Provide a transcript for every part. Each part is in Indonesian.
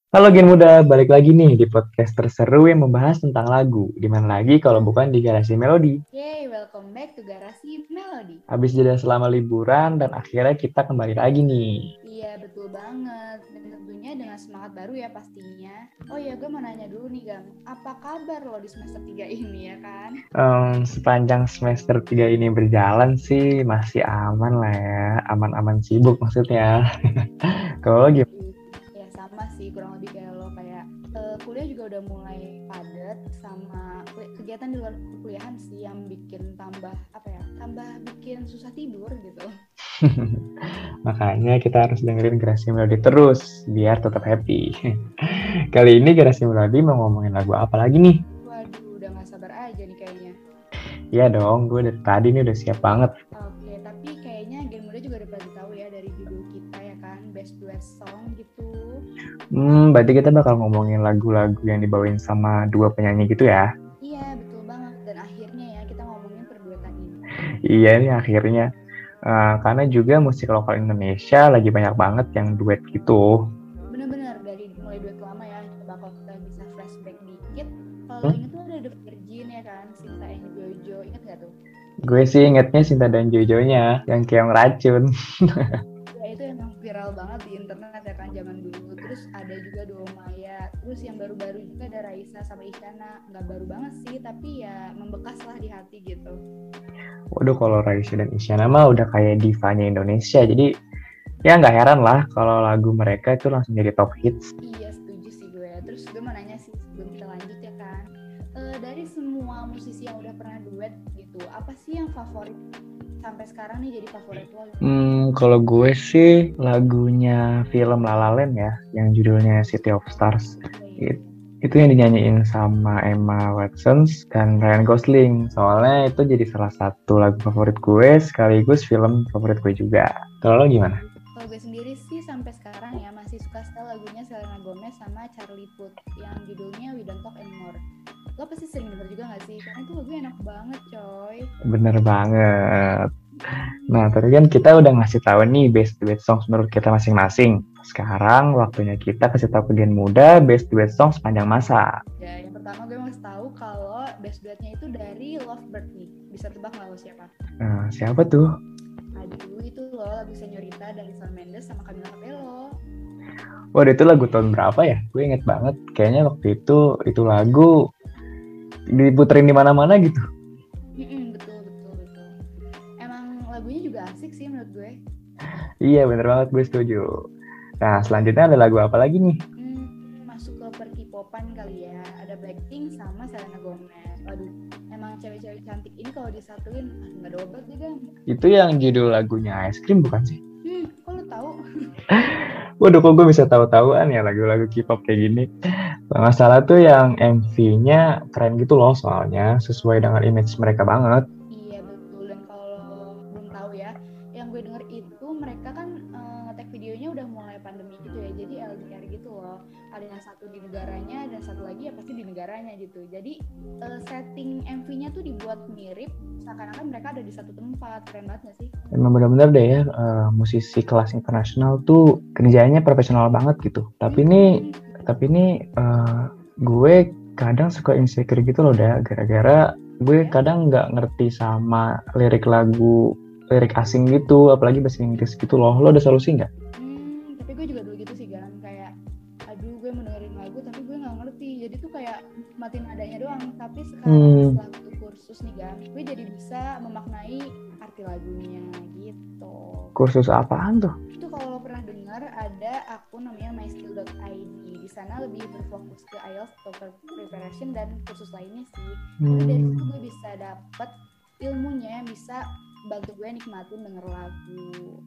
Halo Gen Muda, balik lagi nih di podcast terseru yang membahas tentang lagu. Dimana lagi kalau bukan di Garasi Melodi. Yay, welcome back to Garasi Melody. Habis jeda selama liburan dan akhirnya kita kembali lagi nih. Iya, betul banget. Dan tentunya dengan semangat baru ya pastinya. Oh iya, gue mau nanya dulu nih, Gang. Apa kabar lo di semester 3 ini ya kan? Sepanjang semester 3 ini berjalan sih masih aman lah ya. Aman-aman sibuk maksudnya. Kalau lo gimana? Ya sama sih, kurang lebih kayak lo kayak kuliah juga udah mulai padat sama kegiatan di luar kuliahan sih yang bikin tambah apa ya? Tambah bikin susah tidur gitu. Makanya kita harus dengerin Garasi Melodi terus biar tetap happy. Kali ini Garasi Melodi mau ngomongin lagu apa lagi nih? Waduh, udah gak sabar aja nih kayaknya. Iya dong, gue dari tadi nih udah siap banget. Oke, tapi kayaknya Gen Muda juga udah pernah tahu ya dari judul kita ya kan, Best Duet Song gitu. Berarti kita bakal ngomongin lagu-lagu yang dibawain sama dua penyanyi gitu ya. Iya, betul banget. Dan akhirnya ya kita ngomongin perduetan ini. Iya nih akhirnya. Karena juga musik lokal Indonesia lagi banyak banget yang duet gitu. Bener-bener dari mulai duet lama ya, coba kalau kita bisa flashback dikit. Kalau lo Hmm? inget tuh ada The Virgin ya kan, Sinta and Jojo, inget gak tuh? Gue sih ingetnya Sinta dan Jojo-nya yang Keong Racun. Ya itu emang viral banget di internet ya kan zaman dulu. Terus ada juga Duo Maya. Terus yang baru-baru juga ada Raisa sama Isyana. Nggak baru banget sih, tapi ya membekas lah di hati gitu. Waduh, kalau Raisa dan Isyana mah udah kayak divanya Indonesia. Jadi ya nggak heran lah kalau lagu mereka itu langsung jadi top hits. Iya setuju sih gue. Terus gue mau nanya sih sebelum kita lanjut ya kan. Dari semua musisi yang udah pernah duet gitu, apa sih yang favorit sampai sekarang nih jadi favorit lo? Kalau gue sih lagunya film La La Land ya, yang judulnya City of Stars. Iya iya It- iya. itu yang dinyanyiin sama Emma Watson dan Ryan Gosling. Soalnya itu jadi salah satu lagu favorit gue sekaligus film favorit gue juga. Kalau lo gimana? Kalau gue sendiri sih sampai sekarang ya masih suka setel lagunya Selena Gomez sama Charlie Puth yang judulnya We Don't Talk Anymore. Lo pasti sering denger juga gak sih? Karena itu lagunya enak banget coy. Bener banget. Nah, tadi kan kita udah ngasih tahu nih best duet songs menurut kita masing-masing. Sekarang waktunya kita kasih tahu ke Gen Muda best duet song sepanjang masa. Ya yang pertama gue mau tahu kalau best duetnya itu dari Lovebird nih. Bisa tebak gak lo siapa? Nah, siapa tuh? Aduh itu loh lagu Señorita dari Shawn Mendes sama Camila Cabello. Waduh, itu lagu tahun berapa ya? Gue inget banget. Kayaknya waktu itu lagu diputerin di mana-mana gitu. Betul betul betul. Emang lagunya juga asik sih menurut gue. Iya, bener banget, gue setuju. Nah, selanjutnya ada lagu apa lagi nih? Masuk ke perkipopan kali ya. Ada Blackpink sama Selena Gomez. Waduh, emang cewek-cewek cantik ini kalau disatuin nggak ada obat deh kan. Itu yang judul lagunya Es Krim bukan sih? Kok lo tahu? Waduh, kok gue bisa tahu-tahuan ya lagu-lagu K-pop kayak gini. Kalau nggak salah tuh yang MV-nya keren gitu loh soalnya. Sesuai dengan image mereka banget. Iya betul. Dan kalau belum tahu ya, yang gue denger itu mereka kan nge-tag videonya udah mulai pandemi gitu ya. Jadi LDR gitu loh. Ada yang satu di negaranya dan satu lagi ya pasti di negaranya gitu. Jadi setting MV-nya tuh dibuat mirip seakan-akan mereka ada di satu tempat. Keren banget gak sih? Emang bener-bener deh ya, musisi kelas internasional tuh kerjanya profesional banget gitu. Tapi ini gue kadang suka insecure gitu loh dah, gara-gara gue kadang nggak ngerti sama lirik asing gitu, apalagi bahasa Inggris gitu loh. Lo ada solusi nggak? Tapi gue juga dulu gitu sih kan kayak aduh gue mau dengerin lagu tapi gue nggak ngerti jadi tuh kayak matiin nadanya doang tapi sekarang Hmm, setelah ikut kursus nih kan gue jadi bisa memaknai arti lagunya gitu. kursus apaan tuh? Itu kalau lo pernah dengar ada akun namanya myskill.id, di sana lebih berfokus ke IELTS, TOEFL preparation dan kursus lainnya sih. Jadi dari situ Hmm, gue bisa dapet ilmunya yang bisa bantu gue nikmatin denger lagu.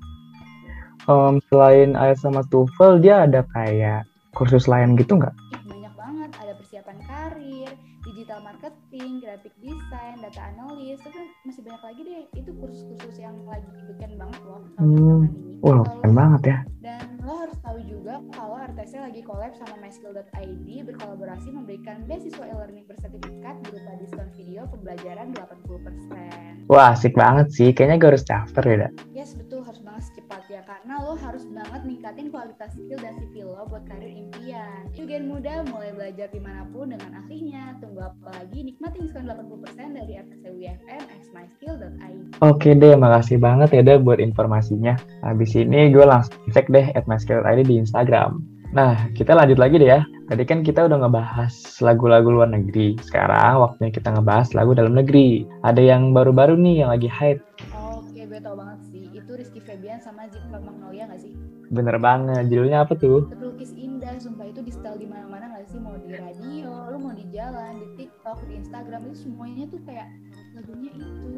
Selain IELTS sama TOEFL, dia ada kayak kursus lain gitu nggak? Banyak banget, ada persiapan karir, digital marketing, graphic design, data analis, tapi masih banyak lagi deh. Itu kursus-kursus yang lagi weekend banget loh tahun belakangan ini. Wah, keren Kalau banget ya. dan lo harus tahu juga kalau RTC lagi collab sama myskill.id berkolaborasi memberikan beasiswa e-learning bersertifikat berupa diskon video pembelajaran 80%. Wah, asik banget sih. Kayaknya gue harus daftar ya, Dak. Yes, betul harus banget secepatnya. Ya karena lo harus banget ningkatin kualitas skill dan CV lo buat karir impian. Yuk Gen Muda, mulai belajar dimanapun dengan ahlinya. Tunggu apa lagi, nikmatin diskon 80% dari FSWFM @myskill.id. Oke deh, makasih banget ya deh buat informasinya. Habis ini gue langsung cek deh @myskill.id di Instagram. Nah, kita lanjut lagi deh ya. Tadi kan kita udah ngebahas lagu-lagu luar negeri. Sekarang waktunya kita ngebahas lagu dalam negeri. Ada yang baru-baru nih yang lagi hype. Oke, gue tau banget sih. Itu Rizky Febian sama Ziva Magnolia gak sih? Bener banget, judulnya apa tuh? Terlukis indah, sumpah itu di setel di mana-mana gak sih? Mau di radio, lu mau di jalan, di TikTok, di Instagram, itu semuanya tuh kayak lagunya itu.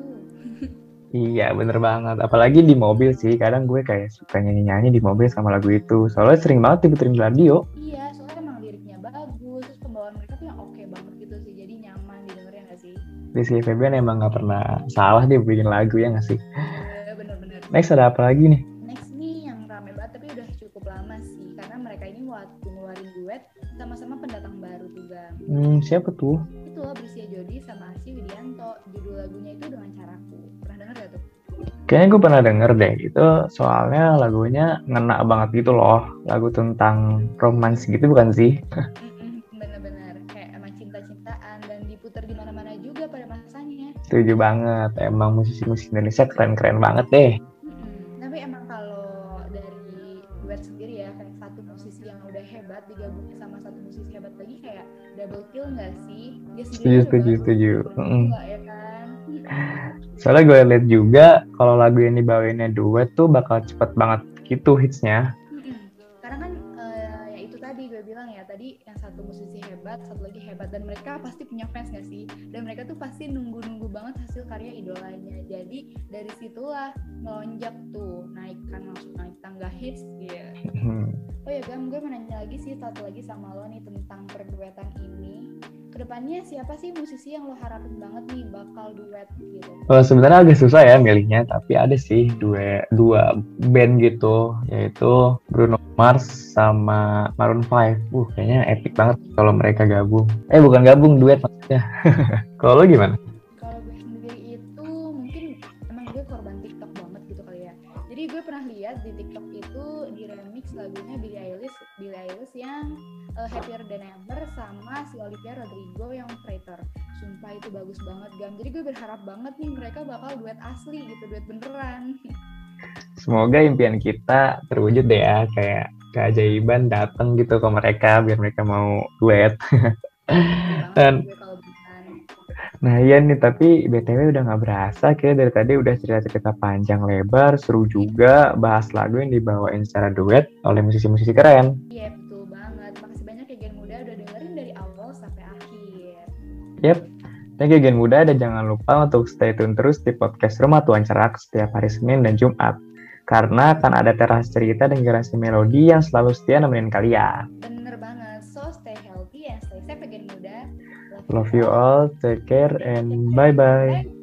Iya, bener banget. Apalagi di mobil sih. Kadang gue kayak suka nyanyi-nyanyi di mobil sama lagu itu. Soalnya sering banget diputerin di radio. Iya, soalnya emang liriknya bagus, terus pembawaan mereka tuh yang oke banget gitu sih. Jadi nyaman didengerin gak sih? Rizky Febian emang gak pernah salah dia bikin lagu, ya gak sih? Bener-bener. Next ada apa lagi nih? Next nih yang rame banget tapi udah cukup lama sih. Karena mereka ini waktu ngeluarin duet sama-sama pendatang baru tuh, Gam. Siapa tuh? Itu loh, Brisya Jody sama Arsy Widianto. Judul lagunya itu Dengan Caraku. Pernah denger gak tuh? Kayaknya gue pernah denger deh. Itu soalnya lagunya ngena banget gitu loh. Lagu tentang romance gitu bukan sih? Bener-bener kayak emang cinta-cintaan dan diputar di mana-mana juga pada masanya. Setuju banget. Emang musisi-musisi Indonesia keren-keren banget deh. Tapi emang kalau dari duet sendiri ya, kayak satu musisi yang udah hebat digabungin sama satu musisi hebat lagi kayak double kill nggak sih? Dia sendiri Setuju. Ya kan? Soalnya gue liat juga kalau lagu yang dibawainnya duet tuh bakal cepet banget gitu hitsnya. Karena kan ya itu tadi gue bilang ya, tadi yang satu musisi hebat, satu lagi hebat, dan mereka pasti punya fans gak sih? Dan mereka tuh pasti nunggu-nunggu banget hasil karya idolanya. Jadi dari situlah melonjak tuh, langsung naik tangga hits gitu. Oh ya Gam, gue mau nanya lagi sih satu lagi sama lo nih tentang perduetan ini. Kedepannya siapa sih musisi yang lo harapin banget nih bakal duet gitu? Sebenarnya agak susah ya milihnya, tapi ada sih dua band gitu, yaitu Bruno Mars sama Maroon 5. Kayaknya epic banget kalau mereka gabung. Bukan gabung, duet maksudnya. Kalau lo gimana? Kalau gue sendiri itu mungkin emang gue korban TikTok banget gitu kali ya. Jadi gue pernah lihat di TikTok itu di remix lagunya Billie Eilish yang Happier Than Ever sama si Olivia Rodrigo yang Traitor. Sumpah itu bagus banget, Gam. Jadi gue berharap banget nih mereka bakal duet asli gitu, duet beneran. Semoga impian kita terwujud deh ya, kayak keajaiban datang gitu ke mereka biar mereka mau duet. Dan nah iya nih, tapi BTW udah gak berasa, kayak dari tadi udah cerita-cerita panjang lebar, seru juga bahas lagu yang dibawain secara duet oleh musisi-musisi keren. Iya betul banget, makasih banyak ya Gen Muda udah dengerin dari awal sampai akhir. Yep, thank you Gen Muda, dan jangan lupa untuk stay tune terus di podcast Rumah Tuan Cerak setiap hari Senin dan Jumat. Karena akan ada teras cerita dan generasi melodi yang selalu setia nemenin kalian. Bener banget, so stay healthy and stay safe ya Gen Muda. Love you all, take care, and bye-bye.